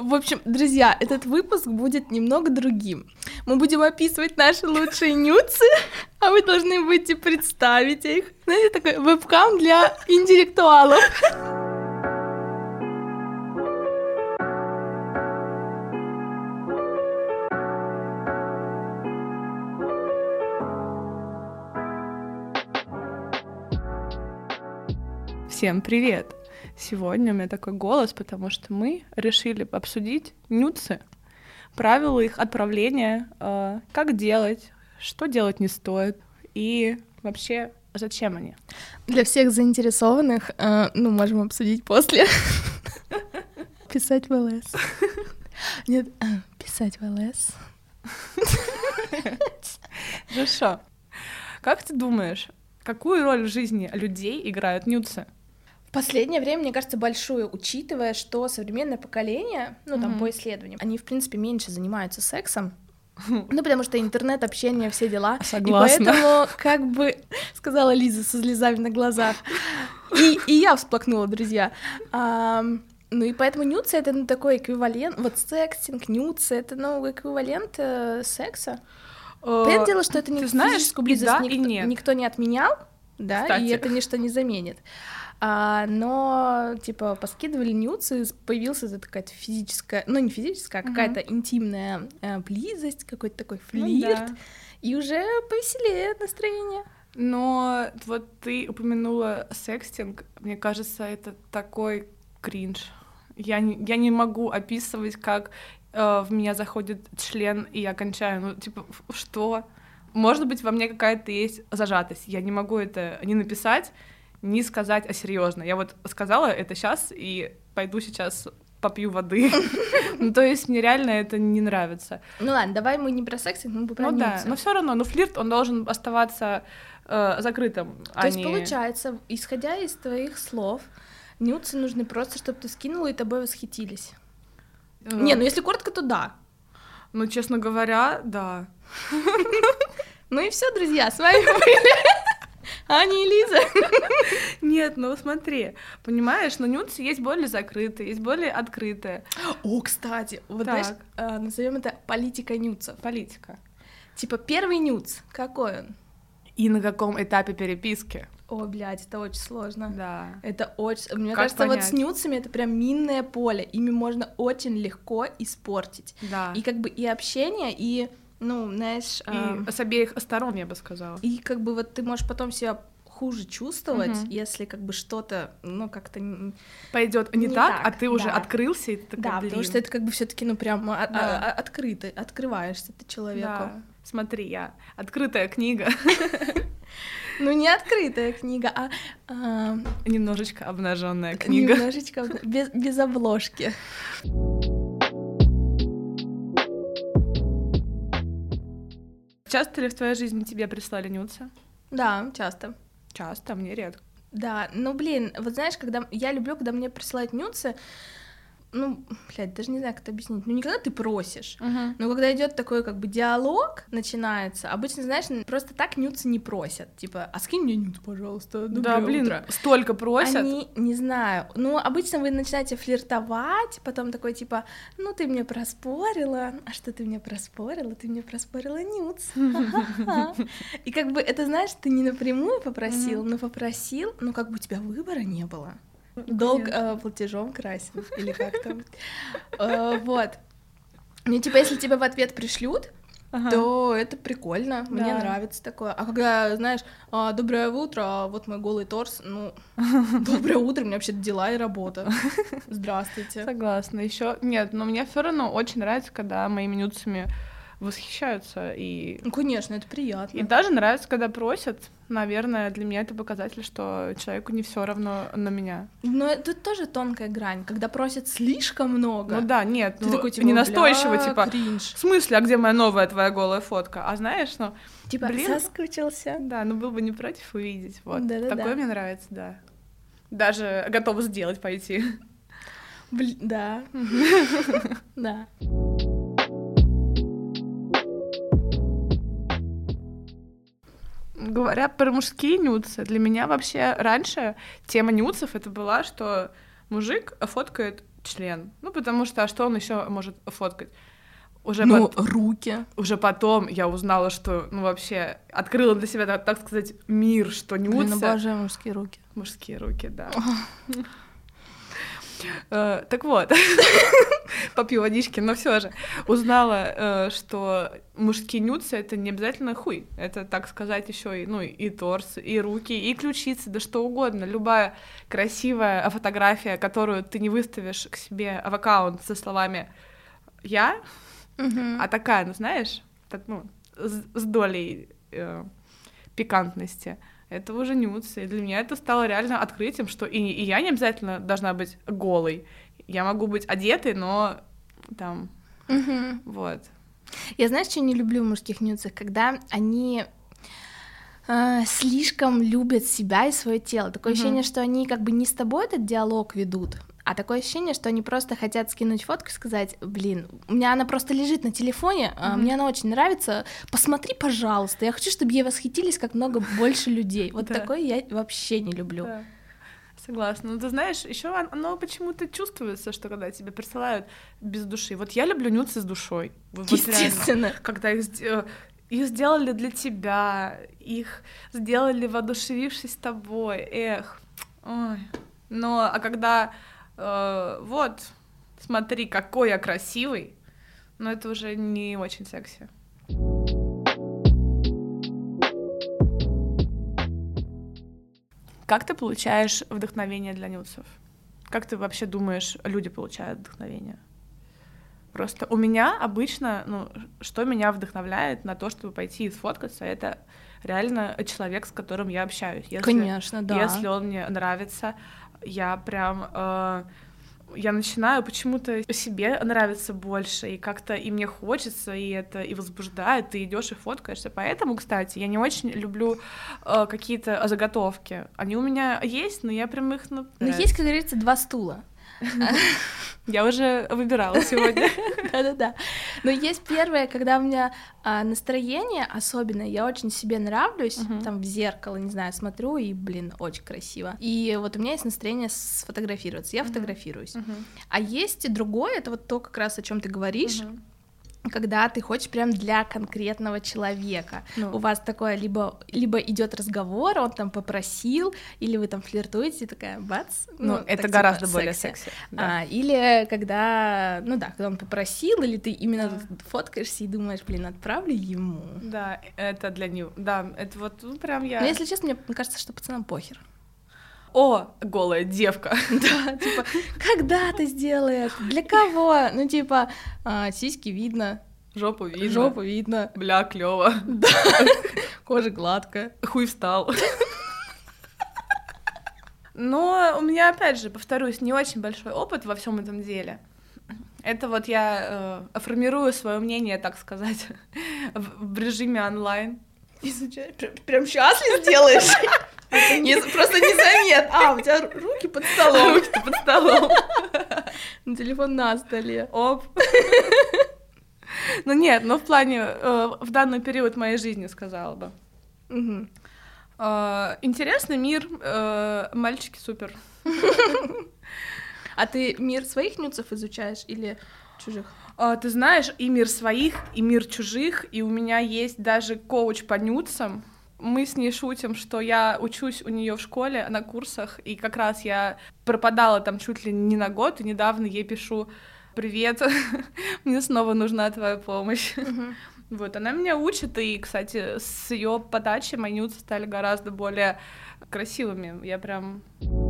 В общем, друзья, этот выпуск будет немного другим. Мы будем описывать наши лучшие нюцы, а вы должны будете представить их. Знаете, такой вебкам для интеллектуалов. Всем привет! Сегодня у меня такой голос, потому что мы решили обсудить нюцы, правила их отправления, как делать, что делать не стоит и вообще зачем они. Для всех заинтересованных, можем обсудить после. Писать в ЛС. Нет, писать в ЛС. Хорошо. Как ты думаешь, какую роль в жизни людей играют нюцы? В последнее время, мне кажется, большую, учитывая, что современное поколение, по исследованиям, они, в принципе, меньше занимаются сексом, потому что интернет, общение, все дела. Согласна. И поэтому, сказала Лиза со слезами на глазах, и я всплакнула, друзья. И поэтому нюцы — это такой эквивалент, секстинг, нюцы — это эквивалент секса. Понятное дело, что это не физическую близость никто не отменял, да, кстати. И это ничто не заменит. Но, поскидывали нюцы, появилась такая физическая, не физическая, а какая-то интимная близость, какой-то такой флирт, и уже повеселее настроение. Но вот ты упомянула секстинг, мне кажется, это такой кринж. Я не могу описывать, как в меня заходит член, и я кончаю, что? Может быть, во мне какая-то есть зажатость, я не могу это ни написать, не сказать, а серьезно. Я вот сказала это сейчас и пойду сейчас попью воды. То есть мне реально это не нравится. Ладно, давай мы не про сексинг, мы про нюцы. Да, но все равно, флирт, он должен оставаться закрытым. То есть получается, исходя из твоих слов, нюцы нужны просто, чтобы ты скинула и тобой восхитились. Если коротко, то да. Честно говоря, да. И все, друзья, с вами были Аня и Лиза. Нет, смотри, понимаешь, нюцы есть более закрытые, есть более открытые. О, кстати, знаешь, назовем это политика нюцев. Политика. Первый нюц, какой он? И на каком этапе переписки? О, блядь, это очень сложно. Да. Это очень... Мне кажется, понять? С нюцами это прям минное поле, ими можно очень легко испортить. Да. И и общение, и... знаешь... И с обеих сторон, я бы сказала. И ты можешь потом себя хуже чувствовать, если что-то, как-то... Пойдет не так, а ты уже открылся, и ты такой, блин. Потому что это всё-таки, прям открываешься ты человеку. Да. Смотри, я открытая книга. Не открытая книга, а... Немножечко обнаженная книга. Немножечко, без обложки. Часто ли в твоей жизни тебе прислали нюцы? Да, часто. Часто, мне редко. Да, вот знаешь, я люблю, когда мне присылают нюцы, даже не знаю, как это объяснить. Не когда ты просишь, но когда идет такой диалог начинается, обычно, знаешь, просто так нюцы не просят. А скинь мне нюц, пожалуйста. Доброе утро. Столько просят. Они, не знаю, обычно вы начинаете флиртовать, потом такой ты мне проспорила. А что ты мне проспорила? Ты мне проспорила нюц. И это, знаешь, ты не напрямую попросил, но попросил, но у тебя выбора не было. Долг платежом красен, или как там. Вот. Если тебе в ответ пришлют, то это прикольно, мне нравится такое. А когда, знаешь, доброе утро, вот мой голый торс, доброе утро, у меня вообще дела и работа. Здравствуйте. Согласна. Еще нет, но мне все равно очень нравится, когда моими нюцами восхищаются и... конечно, это приятно. И даже нравится, когда просят. Наверное, для меня это показатель, что человеку не все равно на меня. Но это тоже тонкая грань, когда просят слишком много. Нет, ты такой, не настойчиво, кринж. В смысле, а где моя новая твоя голая фотка? А знаешь, соскучился. Да, был бы не против увидеть, вот. Такое мне нравится, да. Даже готова сделать, пойти. Да. Да. Говоря про мужские нюцы, для меня вообще раньше тема нюцев это была, что мужик фоткает член. Ну, потому что, а что он еще может фоткать? Руки. Уже потом я узнала, что, ну, вообще, открыла для себя, так сказать, мир, что нюцы... Блин, обожаю мужские руки. Мужские руки, да. Так вот, попью водички, но все же узнала, что мужские нюцы — это не обязательно хуй, это, так сказать, еще и, ну, и торс, и руки, и ключицы, да что угодно. Любая красивая фотография, которую ты не выставишь к себе в аккаунт со словами «я», а такая, ну, знаешь, так, ну, с долей пикантности, это уже нюц, и для меня это стало реально открытием, что и я не обязательно должна быть голой, я могу быть одетой, но там, вот. Я, знаешь, что не люблю в мужских нюцах? Когда они слишком любят себя и свое тело. Такое ощущение, что они как бы не с тобой этот диалог ведут, а такое ощущение, что они просто хотят скинуть фотку и сказать: блин, у меня она просто лежит на телефоне, мне она очень нравится, посмотри, пожалуйста, я хочу, чтобы ей восхитились как много больше людей. Вот такое я вообще не люблю. Да. Согласна. Ну, ты знаешь, еще оно почему-то чувствуется, что когда тебе присылают без души. Вот я люблю нюцы с душой. Естественно. Вот реально, когда их сделали для тебя, их сделали, воодушевившись тобой. Эх. Ой. Но, а когда вот, смотри, какой я красивый, но это уже не очень секси. Как ты получаешь вдохновение для нюцев? Как ты вообще думаешь, люди получают вдохновение? Просто у меня обычно, ну, что меня вдохновляет на то, чтобы пойти и сфоткаться, это реально человек, с которым я общаюсь. Конечно, да. Если он мне нравится, я прям... я начинаю почему-то себе нравиться больше, и как-то и мне хочется, и это и возбуждает, ты идешь и фоткаешься. Поэтому, кстати, я не очень люблю какие-то заготовки. Они у меня есть, но я прям их... Но есть, как говорится, два стула. Я уже выбирала сегодня. Да-да-да. Но есть первое, когда у меня настроение особенное, я очень себе нравлюсь, там в зеркало, не знаю, смотрю, и, блин, очень красиво. И вот у меня есть настроение сфотографироваться, я фотографируюсь. А есть и другое, это вот то, как раз о чем ты говоришь, когда ты хочешь прям для конкретного человека. У вас такое либо идет разговор, он там попросил, или вы там флиртуете, такая бац. Ну, это так, гораздо типа, более секси. Да. Или когда, ну да, когда он попросил, или ты именно фоткаешься и думаешь, блин, отправлю ему. Да, это для него. Да, это вот ну, прям я. Но если честно, мне кажется, что пацанам похер. О, голая девка. Да, типа, когда ты сделаешь? Для кого? Ну, типа, сиськи видно. Жопу видно. Жопу видно. Бля, клёво. Да. Кожа гладкая. Хуй встал. Но у меня, опять же, повторюсь, не очень большой опыт во всем этом деле. Это вот я формирую свое мнение, так сказать, в режиме онлайн. Изучай. Прям сейчас ли сделаешь? Просто незаметно. У тебя руки под столом. Руки под столом. Телефон на столе. Оп. Ну нет, но в плане, в данный период моей жизни, сказала бы. Интересный мир, мальчики супер. А ты мир своих нюцев изучаешь или чужих? Ты знаешь, и мир своих, и мир чужих, и у меня есть даже коуч по нюцам. Мы с ней шутим, что я учусь у нее в школе на курсах, и как раз я пропадала там чуть ли не на год, и недавно ей пишу: привет, мне снова нужна твоя помощь. Вот, она меня учит, и, кстати, с ее подачи мои нюцы стали гораздо более красивыми. Я прям...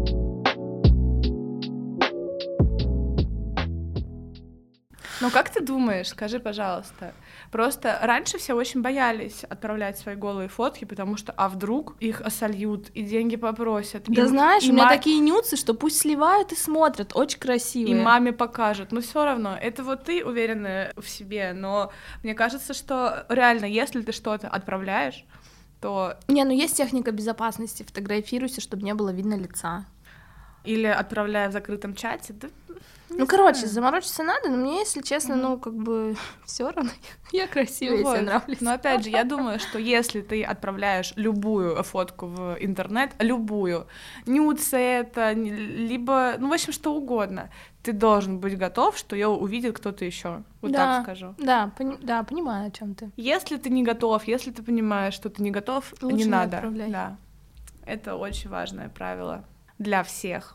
Ну, как ты думаешь, скажи, пожалуйста, просто раньше все очень боялись отправлять свои голые фотки, потому что, а вдруг их осольют и деньги попросят. Да знаешь, у меня такие нюцы, что пусть сливают и смотрят, очень красивые. И маме покажут, но все равно, это вот ты уверена в себе, но мне кажется, что реально, если ты что-то отправляешь, то... Не, ну есть техника безопасности, фотографируйся, чтобы не было видно лица. Или отправляя в закрытом чате, да... Ну, короче, заморочиться надо, но мне, если честно, ну, как бы все равно, я красивая, ну, я нравлюсь. Но опять же, я думаю, что если ты отправляешь любую фотку в интернет, любую, нюцы это, либо, ну, в общем, что угодно, ты должен быть готов, что ее увидит кто-то еще. Вот так скажу. Да, понимаю, о чем ты. Если ты не готов, если ты понимаешь, что ты не готов, лучше не надо. Отправляй. Да. Это очень важное правило для всех.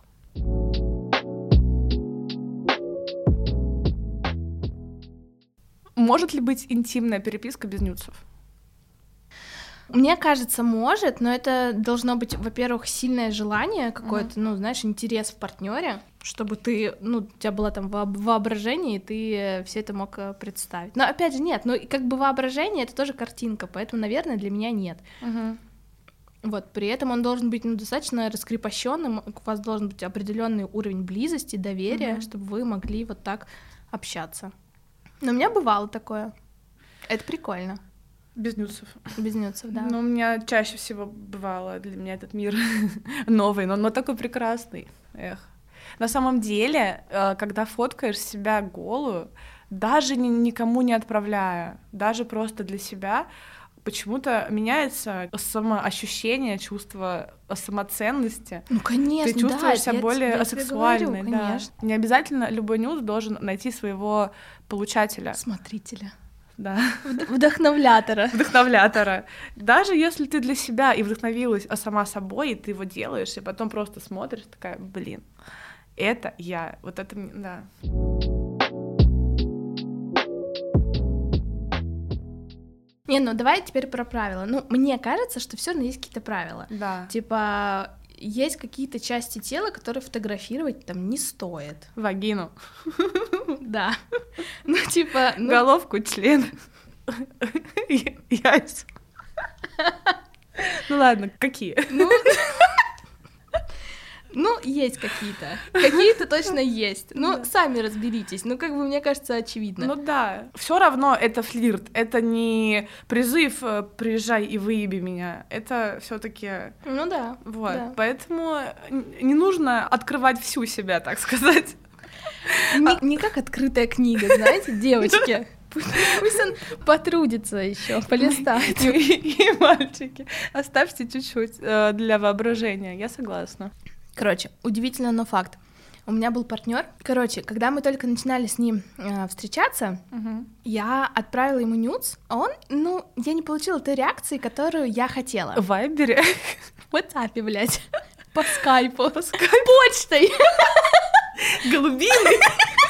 Может ли быть интимная переписка без нюцев? Мне кажется, может, но это должно быть, во-первых, сильное желание какое-то, ну, знаешь, интерес в партнере, чтобы ты, ну, у тебя было там воображение, и ты все это мог представить. Но опять же, нет, ну, как бы воображение — это тоже картинка, поэтому, наверное, для меня нет. Вот, при этом он должен быть, ну, достаточно раскрепощенным, у вас должен быть определенный уровень близости, доверия, чтобы вы могли вот так общаться. Но у меня бывало такое. Это прикольно. Без нюцев. Без нюцев, да. Ну, у меня чаще всего бывало, для меня этот мир новый, но такой прекрасный. Эх. На самом деле, когда фоткаешь себя голую, даже никому не отправляя, даже просто для себя, почему-то меняется самоощущение, чувство самоценности. Ну, конечно, ты чувствуешь себя более асексуальной. Да. Не обязательно любой нюц должен найти своего получателя. Смотрителя. Да. Вдохновлятора. Даже если ты для себя и вдохновилась сама собой, и ты его делаешь, и потом просто смотришь, такая, блин, это я. Вот это, да. Не, ну давай теперь про правила. Ну, мне кажется, что все равно есть какие-то правила. Да. Типа, есть какие-то части тела, которые фотографировать там не стоит. Вагину. Да. Ну, типа... Головку, член. Яйца. Ну ладно, какие? Ну, есть какие-то. Какие-то точно есть. Ну, сами разберитесь. Ну, как бы, мне кажется, очевидно. Ну да. Все равно это флирт. Это не призыв «приезжай и выеби меня». Это все таки. Ну да. Вот. Да. Поэтому не нужно открывать всю себя, так сказать. Не как открытая книга, знаете, девочки. Пусть он потрудится еще, полистает. И мальчики, оставьте чуть-чуть для воображения. Я согласна. Короче, удивительно, но факт. У меня был партнер. Короче, когда мы только начинали с ним встречаться, я отправила ему нюдс, а он, ну, я не получила той реакции, которую я хотела. В Вайбере? В WhatsApp, блядь. По скайпу. Почтой. Голубиной.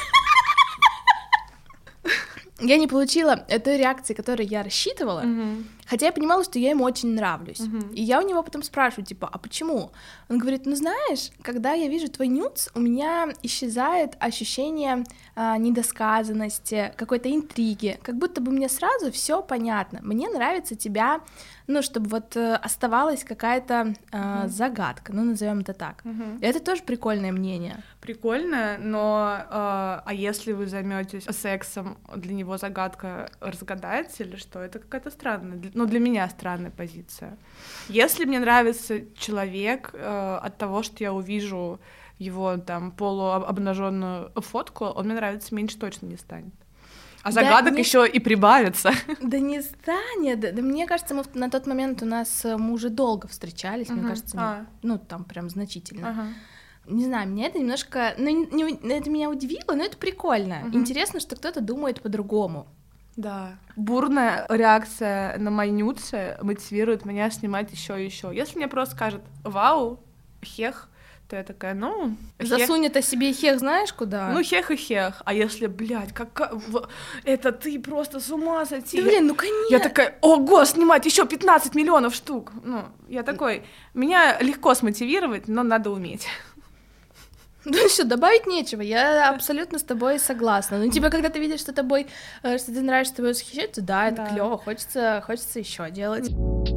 Я не получила той реакции, которую я рассчитывала, хотя я понимала, что я ему очень нравлюсь. И я у него потом спрашиваю, типа, а почему? Он говорит, ну знаешь, когда я вижу твой нюдс, у меня исчезает ощущение недосказанности, какой-то интриги, как будто бы мне сразу все понятно. Мне нравится тебя, ну, чтобы вот оставалась какая-то загадка, ну, назовем это так. Это тоже прикольное мнение. Прикольно, но а если вы займетесь сексом, для него загадка разгадается или что? Это какая-то странная, ну, для меня странная позиция. Если мне нравится человек от того, что я увижу его там полуобнаженную фотку, он мне нравится меньше точно не станет. А загадок еще и прибавится. Да не станет. Да, мне кажется, мы на тот момент мы уже долго встречались, мне кажется, ну там прям значительно. Не знаю, меня это немножко, это меня удивило, но это прикольно. Интересно, что кто-то думает по-другому. Да. Бурная реакция на мои нюдсы мотивирует меня снимать еще и еще. Если мне просто скажут «Вау, хех», то я такая, ну... Засунет о себе хех знаешь куда? Ну, хех и хех. А если, блядь, это ты просто с ума сойти. Да, блин, ну конечно. Я такая, ого, снимать еще 15 миллионов штук. Ну, я такой, меня легко смотивировать, но надо уметь. Ну все, добавить нечего, я абсолютно с тобой согласна. Ну, типа, когда ты видишь, что тобой, что ты нравишься, тобой восхищаются, да, это клево, хочется еще делать.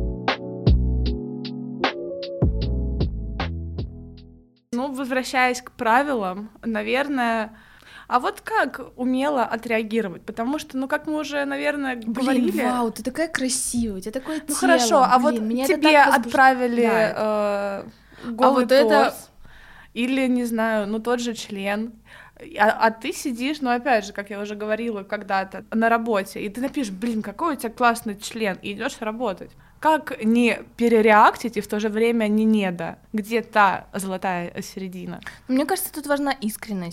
Ну, возвращаясь к правилам, наверное, а вот как умело отреагировать? Потому что, ну, как мы уже, наверное, говорили... Блин, вау, ты такая красивая, у тебя такое тело. Ну, хорошо, а вот тебе отправили голый торс, или, не знаю, ну, тот же член, а ты сидишь, ну, опять же, как я уже говорила когда-то, на работе, и ты напишешь, блин, какой у тебя классный член, и идешь работать. Как не перереактить и в то же время не недо? Где та золотая середина? Мне кажется, тут важна искренность.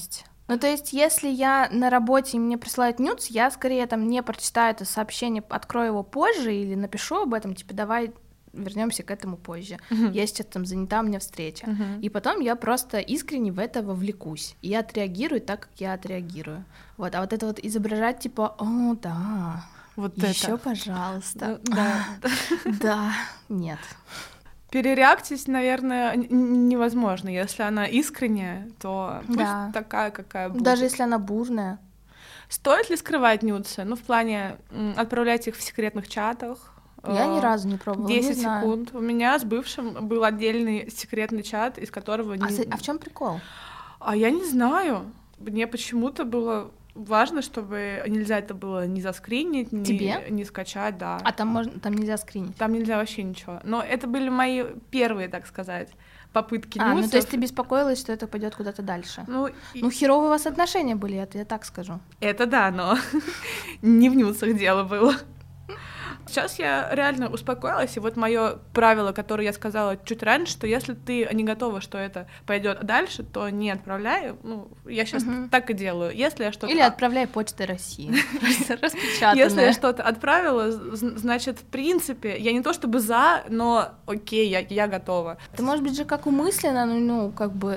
Ну, то есть, если я на работе и мне присылают нюдс, я скорее там не прочитаю это сообщение, открою его позже или напишу об этом, типа, давай вернемся к этому позже. Я сейчас там занята, у меня встреча. И потом я просто искренне в это вовлекусь. И я отреагирую так, как я отреагирую. Вот. А вот это вот изображать, типа, о, да, Вот еще, это. пожалуйста. Да. Да, нет. Перереактить, наверное, невозможно. Если она искренняя, то пусть Да. такая, какая будет. Даже если она бурная. Стоит ли скрывать нюдсы? Ну, в плане отправлять их в секретных чатах. Я ни разу не пробовала, 10 не знаю. секунд. У меня с бывшим был отдельный секретный чат, из которого... А в чем прикол? А я не знаю. Мне почему-то было важно, чтобы нельзя это было ни заскринить, ни скачать, да. А там нельзя скринить? Там нельзя вообще ничего. Но это были мои первые, так сказать, попытки нюсов. Ну то есть ты беспокоилась, что это пойдет куда-то дальше? Ну, херовые у вас отношения были, это я так скажу. Это да, но не в нюсах дело было. Сейчас я реально успокоилась, и вот мое правило, которое я сказала чуть раньше, что если ты не готова, что это пойдет дальше, то не отправляй. Ну, я сейчас так и делаю. Если я что-то... Или отправляй Почтой России. Распечатанное. Если я что-то отправила, значит, в принципе, я не то чтобы за, но окей, я готова. Это может быть же как умышленно,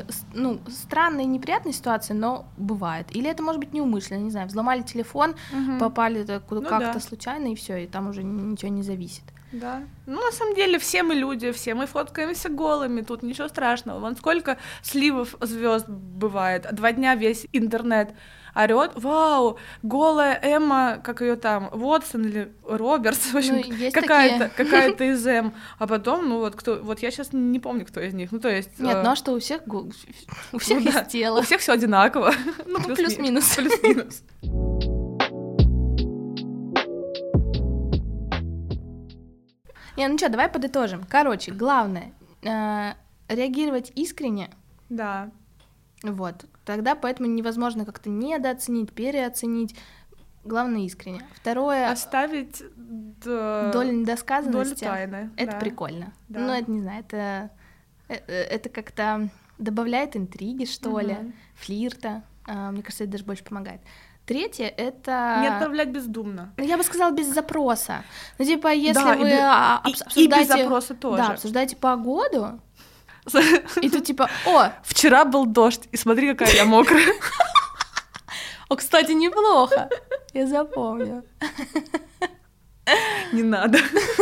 странная и неприятная ситуация, но бывает. Или это может быть неумышленно, не знаю, взломали телефон, попали как-то случайно, и все, и там уже ничего не зависит. Да. Ну, на самом деле, все мы люди, все мы фоткаемся голыми, тут ничего страшного. Вон сколько сливов звезд бывает. 2 дня весь интернет орёт: вау, голая Эмма, как ее там, Уотсон или Робертс, в общем, какая-то из Эм. А потом, вот я сейчас не помню, кто из них. Ну, то есть... Нет, а что, у всех есть тело. У всех все одинаково. Ну, плюс-минус. Плюс-минус. Давай подытожим. Короче, главное реагировать искренне. Да. Вот. Тогда поэтому невозможно как-то недооценить, переоценить. Главное, искренне. Второе... Оставить долю недосказанности. Долю тайны. Это прикольно. Да. Ну, это, не знаю, это как-то добавляет интриги, что ли, флирта. Мне кажется, это даже больше помогает. Третье — это... Не отправлять бездумно. Я бы сказала, без запроса. Если вы обсуждаете... И без запроса тоже. Да, обсуждаете погоду, и тут типа: о, вчера был дождь, и смотри, какая я мокрая. О, кстати, неплохо. Я запомню. Не надо.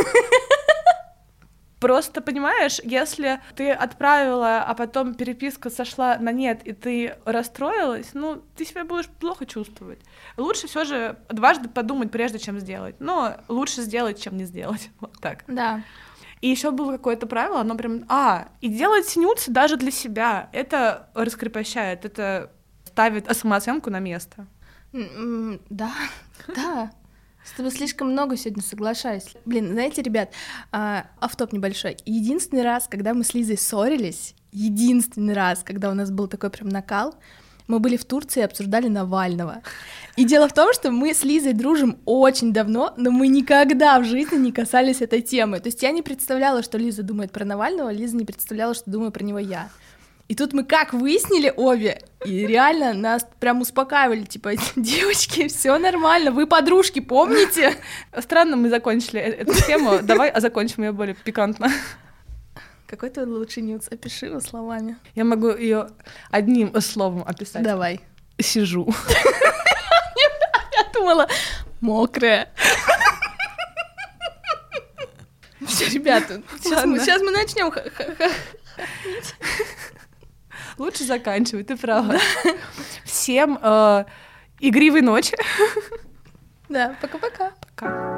Просто, понимаешь, если ты отправила, а потом переписка сошла на нет, и ты расстроилась, ты себя будешь плохо чувствовать. Лучше все же дважды подумать, прежде чем сделать. Но лучше сделать, чем не сделать. Вот так. Да. И еще было какое-то правило, оно прям... и делать нюдсы даже для себя. Это раскрепощает, это ставит самооценку на место. Да, да. С тобой слишком много сегодня соглашаюсь. Блин, знаете, ребят, офф-топ небольшой. Единственный раз, когда мы с Лизой ссорились, когда у нас был такой прям накал, мы были в Турции и обсуждали Навального. И дело в том, что мы с Лизой дружим очень давно, но мы никогда в жизни не касались этой темы. То есть я не представляла, что Лиза думает про Навального, Лиза не представляла, что думаю про него я. И тут мы как выяснили обе, и реально нас прям успокаивали, типа: девочки, все нормально, вы подружки, помните? Странно мы закончили эту тему, давай закончим ее более пикантно. Какой твой лучший нюдс? Опиши его словами. Я могу ее одним словом описать. Давай. Сижу. Я думала, мокрая. Все, ребята, сейчас мы начнем. Лучше заканчивай, ты права. Всем игривой ночи. Да, пока-пока. Пока.